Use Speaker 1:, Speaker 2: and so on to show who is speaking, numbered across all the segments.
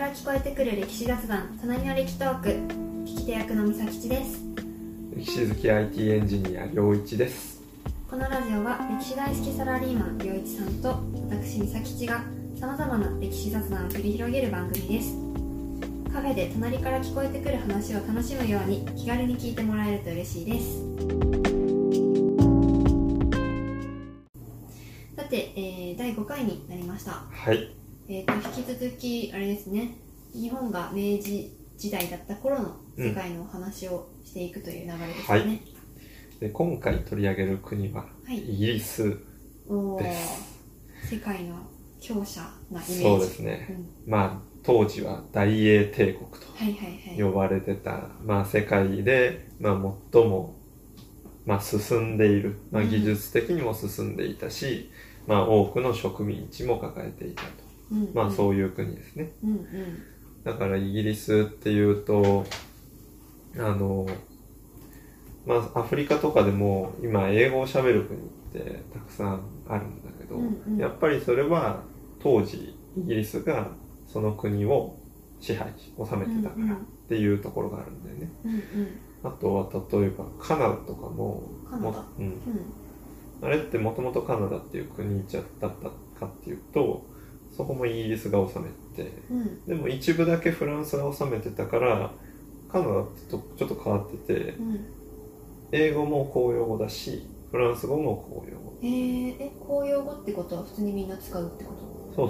Speaker 1: から聞こえてくる歴史雑談、隣の歴トーク、聞き手役の美咲吉です。
Speaker 2: 歴史好き IT エンジニア良一です。
Speaker 1: このラジオは歴史大好きサラリーマン良一さんと私美咲吉がさまざまな歴史雑談を繰り広げる番組です。カフェで隣から聞こえてくる話を楽しむように気軽に聞いてもらえると嬉しいです。さて、第5回になりました。
Speaker 2: はい。
Speaker 1: 引き続きあれですね、日本が明治時代だった頃の世界の話をしていくという流れですね。はい、
Speaker 2: で今回取り上げる国はイギリスです。
Speaker 1: 世界の強者なイメージ。
Speaker 2: そうですね。まあ当時は大英帝国と呼ばれてた、まあ世界でまあ最も進んでいる、技術的にも進んでいたし、多くの植民地も抱えていたと。そういう国ですね。だからイギリスっていうとアフリカとかでも今英語を喋る国ってたくさんあるんだけど、やっぱりそれは当時イギリスがその国を支配し治めてたからっていうところがあるんだよね。あとは例えばカナダとかもあれってもともとカナダっていう国だったかっていうと、そこもイギリスが治めて、でも一部だけフランスが治めてたからカナダとちょっと変わってて、英語も公用語だしフランス語も公用語。
Speaker 1: 公用語ってことは普通にみんな使うってこと？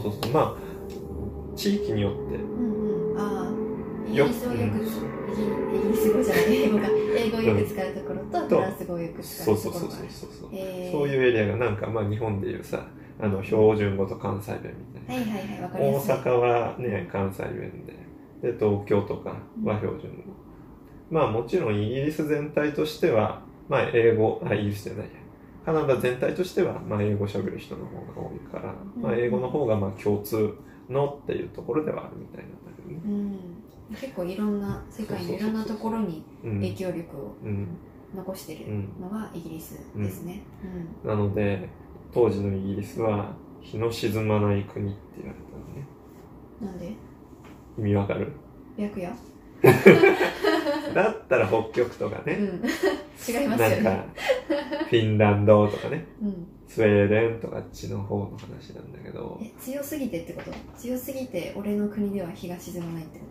Speaker 2: そう地域によって、
Speaker 1: イギリスをよくイギリス語じゃない英語をよく使うところとフランス語をよく使うところがある。
Speaker 2: そういうエリアがなんか日本でいうさ標準語と関西弁みたいな。
Speaker 1: わかりやすい。
Speaker 2: 大阪はね関西弁で東京とかは標準語。もちろんイギリス全体としてはイギリスじゃないやカナダ全体としては英語喋る人の方が多いから、英語の方が共通のっていうところではあるみたいなんだけどね。
Speaker 1: 結構いろんな世界のいろんなところに影響力を残してるのがイギリスですね。
Speaker 2: なので当時のイギリスは日の沈まない国って言われたのね。
Speaker 1: なんで？
Speaker 2: 意味わかる？
Speaker 1: 白夜？
Speaker 2: だったら北極とかね、
Speaker 1: 違いますよね。
Speaker 2: なんかフィンランドとかね、スウェーデンとかあっちの方の話なんだけど、
Speaker 1: 強すぎてってこと？強すぎて俺の国では日が沈まないってこと？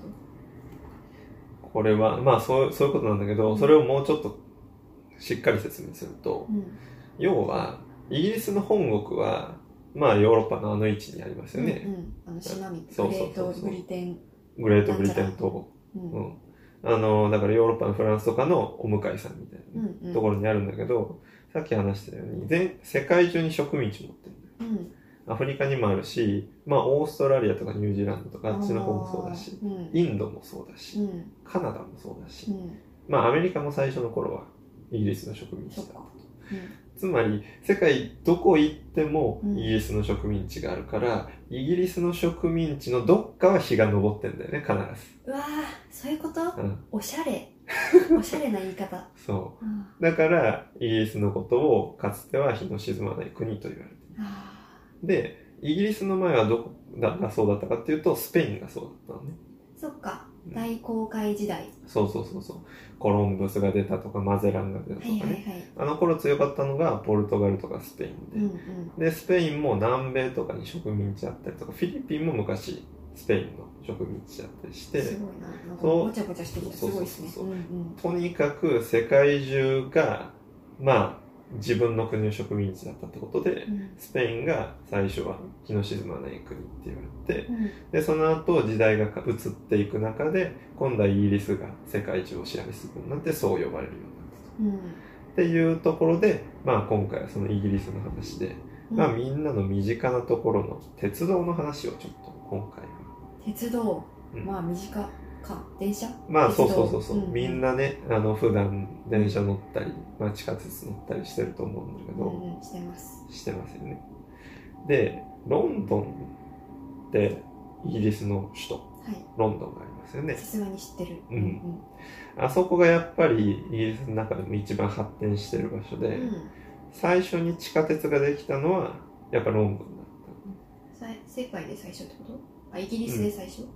Speaker 2: これはそういうことなんだけど、それをもうちょっとしっかり説明すると、要はイギリスの本国はヨーロッパの位置にありますよね。
Speaker 1: 島みたいな。グレートブリテン島。
Speaker 2: だからヨーロッパのフランスとかのお向かいさんみたいなところにあるんだけど、さっき話したように世界中に植民地持ってるんだよ。アフリカにもあるし、オーストラリアとかニュージーランドとかあっちの方もそうだし、インドもそうだし、カナダもそうだし、アメリカも最初の頃はイギリスの植民地だったと。つまり世界どこ行ってもイギリスの植民地があるから、イギリスの植民地のどっかは日が昇ってんだよね、必ず。
Speaker 1: うわー、そういうこと？おしゃれな言い方。
Speaker 2: そう、だからイギリスのことをかつては日の沈まない国と言われている。でイギリスの前はどこがそうだったかっていうとスペインがそうだったのね。
Speaker 1: そっか、大航海時代。
Speaker 2: そうコロンブスが出たとかマゼランが出たとかね、あの頃強かったのがポルトガルとかスペインで、でスペインも南米とかに植民地あったりとか、フィリピンも昔スペインの植民地だったりして、
Speaker 1: すごいな、なんかごちゃごちゃしてきた。すごいですね。
Speaker 2: とにかく世界中が自分の国の植民地だったってことで、スペインが最初は日の沈まない国って言われて、でその後時代が移っていく中で今度はイギリスが世界中を支配するようになって、そう呼ばれるようになったと、っていうところで、今回はそのイギリスの話で、みんなの身近なところの鉄道の話をちょっと今回は。
Speaker 1: 鉄道、身近か電車？
Speaker 2: そうみんなね普段電車乗ったり、地下鉄乗ったりしてると思うんだけど、してますよね。でロンドンってイギリスの首都、ロンドンがありますよね。
Speaker 1: さすがに知ってる。
Speaker 2: あそこがやっぱりイギリスの中でも一番発展してる場所で、最初に地下鉄ができたのはやっぱロンドンだった。
Speaker 1: 世界で最初ってこと？イギリスで最初？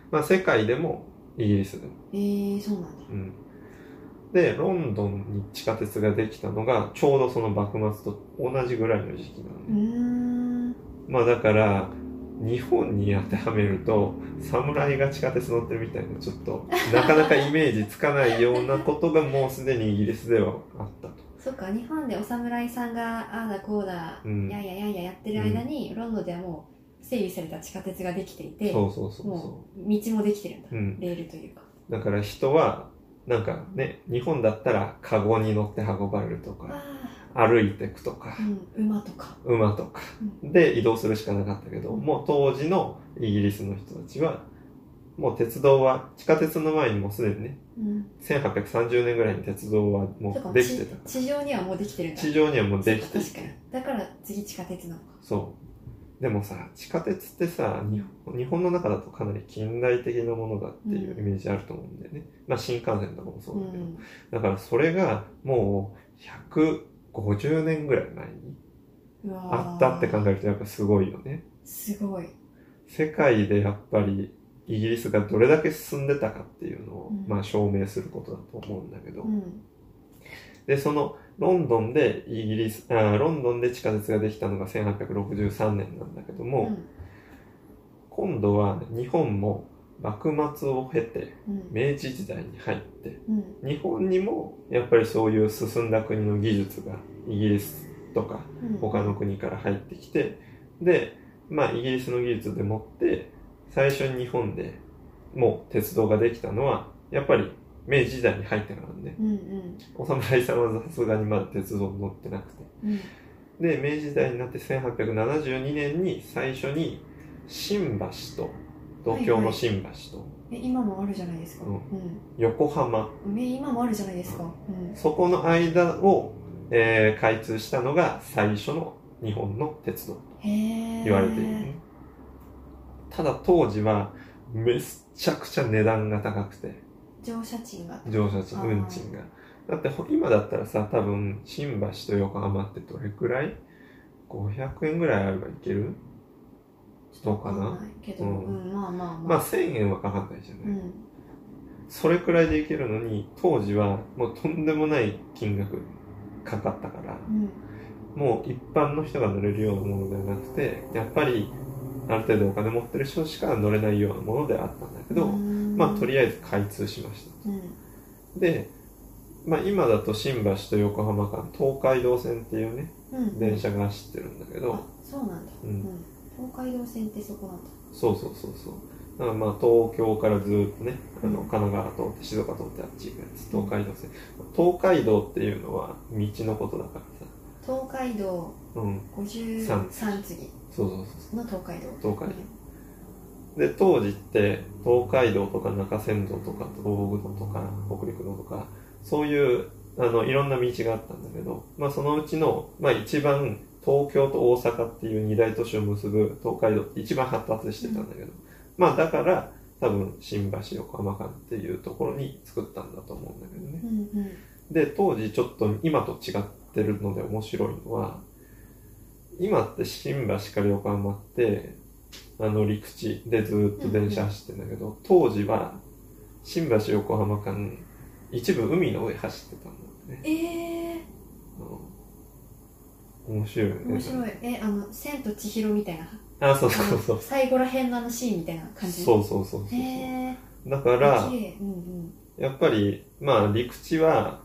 Speaker 2: まあ世界でもイギリスでも。
Speaker 1: そうなんだ。
Speaker 2: で、ロンドンに地下鉄ができたのがちょうどその幕末と同じぐらいの時期なのね。まあだから日本に当てはめると侍が地下鉄乗ってるみたいな、ちょっとなかなかイメージつかないようなことがもうすでにイギリスではあったと。
Speaker 1: そっか、日本でお侍さんがああだこうだ、ややってる間に、ロンドンではもう整備された地下鉄ができていて、もう道もできてるんだ、レールというか。
Speaker 2: だから人はなんかね、日本だったらカゴに乗って運ばれるとか、歩いていくとか、
Speaker 1: 馬とか
Speaker 2: で移動するしかなかったけど、もう当時のイギリスの人たちはもう鉄道は地下鉄の前にもうすでにね、1830年ぐらいに鉄道はもうできてたから、
Speaker 1: 地上にはもうできてるんだ。
Speaker 2: 地上にはもうできてる。
Speaker 1: 確かに。だから次地下鉄なのか。
Speaker 2: そうでもさ、地下鉄ってさ、日本の中だとかなり近代的なものだっていうイメージあると思うんだよね。まあ新幹線とかもそうだけど、だからそれがもう150年ぐらい前にあったって考えるとやっぱすごいよね。
Speaker 1: すごい。
Speaker 2: 世界でやっぱりイギリスがどれだけ進んでたかっていうのを、まあ証明することだと思うんだけど、でそのロンドンでロンドンで地下鉄ができたのが1863年なんだけども、今度は日本も幕末を経て明治時代に入って、日本にもやっぱりそういう進んだ国の技術がイギリスとか他の国から入ってきて、でまあイギリスの技術でもって最初に日本でもう鉄道ができたのはやっぱり明治時代に入ってからなんで、お侍さんはさすがにまだ鉄道に乗ってなくて、で明治時代になって1872年に最初に新橋と東京の新橋と、
Speaker 1: 今もあるじゃないですか、
Speaker 2: 横浜、
Speaker 1: 今もあるじゃないですか、
Speaker 2: そこの間を、開通したのが最初の日本の鉄道と言われている、ただ当時はめっちゃくちゃ値段が高くて、
Speaker 1: 乗車賃が
Speaker 2: 運賃がだって今だったらさ、多分新橋と横浜ってどれくらい500円ぐらいあればいけるどうかな、まあ1000円はかかんないじゃない、それくらいでいけるのに当時はもうとんでもない金額かかったから、もう一般の人が乗れるようなものではなくて、やっぱりある程度お金持ってる人しか乗れないようなものであったんだけど、まあとりあえず開通しました、で、まあ、今だと新橋と横浜間東海道線っていうね、電車が走ってるんだけど、
Speaker 1: そうなんだ、東海道線ってそこなんだ。
Speaker 2: そうだからまあ東京からずっとね、神奈川通って静岡通ってあっち行くやつ、東海道線、東海道っていうのは道のことだからさ、
Speaker 1: 東海道53次の東海道、
Speaker 2: で当時って東海道とか中山道とか東北道とか北陸道とかそういういろんな道があったんだけど、まあ、そのうちの、まあ、一番東京と大阪っていう二大都市を結ぶ東海道って一番発達してたんだけど、まあだから多分新橋横浜間っていうところに作ったんだと思うんだけどね、で当時ちょっと今と違ってるので面白いのは、今って新橋から横浜って陸地でずっと電車走ってんだけど、当時は新橋横浜間一部海の上走ってたんだね。面白いよね。
Speaker 1: 面白い。千と千尋みたいな。
Speaker 2: そう
Speaker 1: 最後ら辺のシーンみたいな感じ。
Speaker 2: そうだからやっぱりまあ陸地は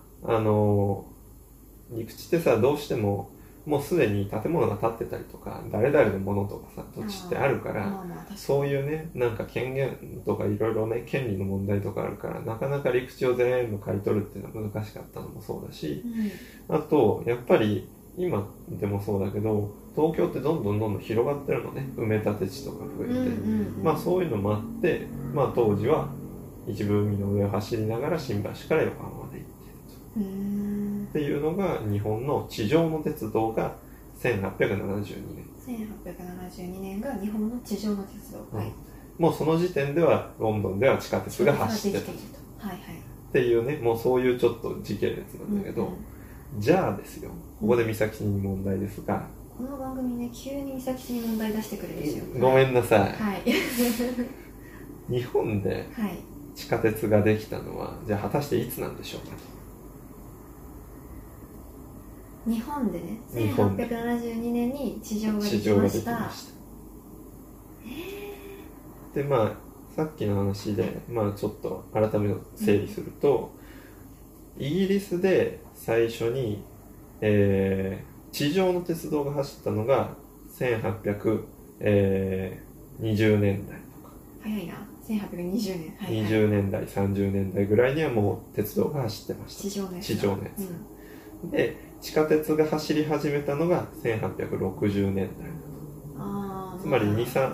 Speaker 2: 陸地ってさ、どうしてももうすでに建物が建ってたりとか誰々のものとかさ土地ってあるから、そういうね、なんか権限とかいろいろね、権利の問題とかあるから、なかなか陸地を全部買い取るっていうのは難しかったのもそうだし、あとやっぱり今でもそうだけど、東京ってどんどん広がってるのね、埋め立て地とか増えて、まあそういうのもあって、まあ当時は一部海の上を走りながら新橋から横浜まで行っていると。っていうのが日本の地上の鉄道が1872
Speaker 1: 年が日本の地上の鉄道、
Speaker 2: もうその時点ではロンドンでは地下鉄が走ってたっていうね、もうそういうちょっと時系列なんだけど、じゃあですよ、ここで美咲に問題ですが、
Speaker 1: この番組ね、急に美咲に問題出してくるんですよ。
Speaker 2: ごめんなさい、 日本で地下鉄ができたのは、じゃあ果たしていつなんでしょうか
Speaker 1: と。日本でね、1872年に地上ができました。
Speaker 2: でまあさっきの話で、まあ、ちょっと改めて整理すると、イギリスで最初に、地上の鉄道が走ったのが1820年代とか。
Speaker 1: 早いな、1820年、
Speaker 2: はいはい、20年代30年代ぐらいにはもう鉄道が走ってました。地上のやつ、で地下鉄が走り始めたのが1860年代。つまり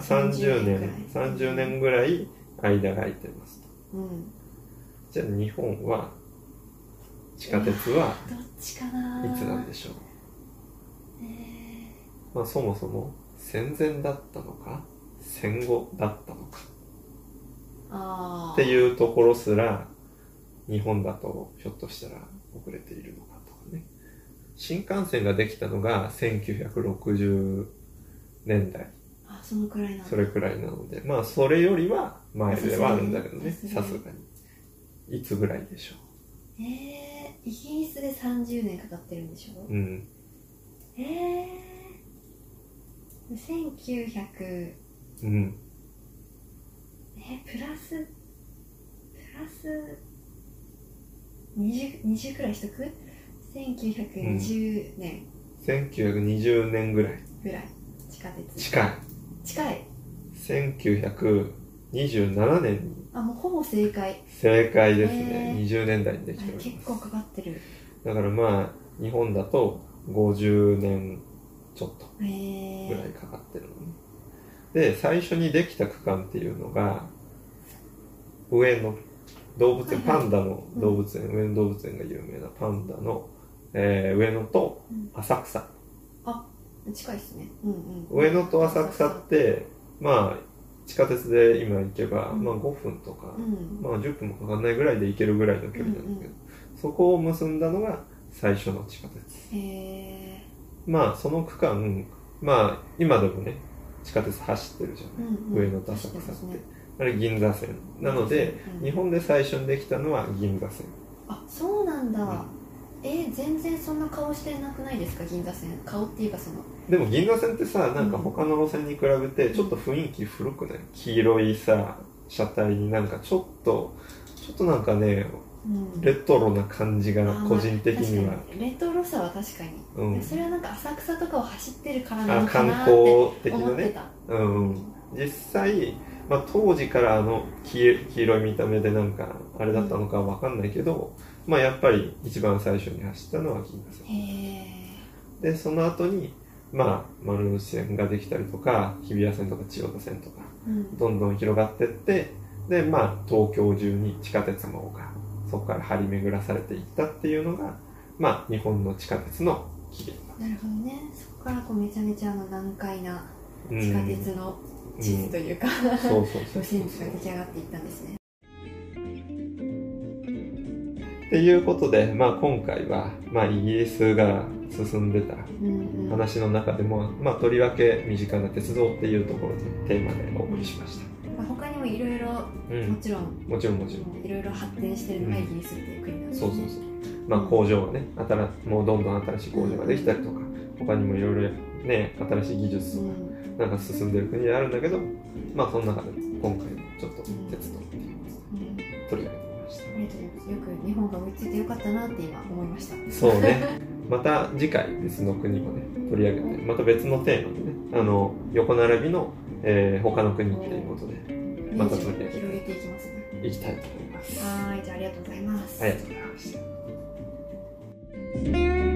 Speaker 2: 30年ぐらい間が空いてますと、じゃあ日本は地下鉄はいつなんでしょう。まあ、そもそも戦前だったのか戦後だったのかっていうところすら日本だとひょっとしたら遅れているのかとかね。新幹線ができたのが1960年代、
Speaker 1: そのくらいなの。
Speaker 2: それくらいなので、まあそれよりは前ではあるんだけどね、さすがに。いつぐらいでしょう。
Speaker 1: イギリスで30年かかってるんでしょ。1900、プラス20くらいしとく。1920年、
Speaker 2: 1920年ぐらい
Speaker 1: 地下鉄。
Speaker 2: 近い。1927年に。
Speaker 1: もうほぼ正解
Speaker 2: ですね。20年代にできております。
Speaker 1: 結構かかってる。
Speaker 2: だからまあ日本だと50年ちょっとぐらいかかってるのね。で最初にできた区間っていうのが上野動物園、パンダの動物園、上野動物園が有名なパンダの、上野と浅草。
Speaker 1: 近いですね。
Speaker 2: 上野と浅草ってまあ地下鉄で今行けば、まあ5分とか、まあ10分もかかんないぐらいで行けるぐらいの距離なんだけど、そこを結んだのが最初の地下鉄。まあその区間、まあ今でもね地下鉄走ってるじゃない、上野と浅草って、あれ銀座線なので、日本で最初にできたのは銀座線。
Speaker 1: そうなんだ。全然そんな顔してなくないですか、銀座線。顔っていうか
Speaker 2: でも銀座線ってさ、なんか他の路線に比べてちょっと雰囲気古くない？黄色いさ車体になんかちょっとなんかね、レトロな感じが個人的には、
Speaker 1: レトロさは確かに、それはなんか浅草とかを走ってるからなのかなって
Speaker 2: 観光的なね。
Speaker 1: 思ってた。
Speaker 2: 実際、まあ、当時から黄色い見た目でなんかあれだったのかわかんないけど、まあやっぱり一番最初に走ったのは銀座線で、その後にまあ丸ノ内線ができたりとか日比谷線とか千代田線とか、どんどん広がっていって、でまあ東京中に地下鉄網がそこから張り巡らされていったっていうのが、まあ日本の地下鉄の起源だ。
Speaker 1: なるほどね。そこからめちゃめちゃ難解な地下鉄の地図というか、路線図が出来上がっていったんですね。
Speaker 2: っていうことで、まあ、今回は、まあ、イギリスが進んでた話の中でも、まあ、とりわけ身近な鉄道っていうところにテーマでお送りしました。
Speaker 1: 他にもいろいろ、もちろんいろいろ発展してるのがイギリスっていう国なんですね。
Speaker 2: まあ、工場がね、もうどんどん新しい工場ができたりとか、他にもいろいろね、新しい技術とか、なんか進んでる国であるんだけど、まあその中で今回ちょっと鉄道っていうのを取り上げてみました。
Speaker 1: ありがとうございます。よく日本が追いついてよかったなって今思いました。
Speaker 2: そうね。また次回別の国をね取り上げて、また別のテーマでね、横並びの、他の国っていうことでまた取り上げて
Speaker 1: 広げていきますね。
Speaker 2: いきたいと思います。
Speaker 1: はい、じゃあありがとうございます。
Speaker 2: ありがとうございました。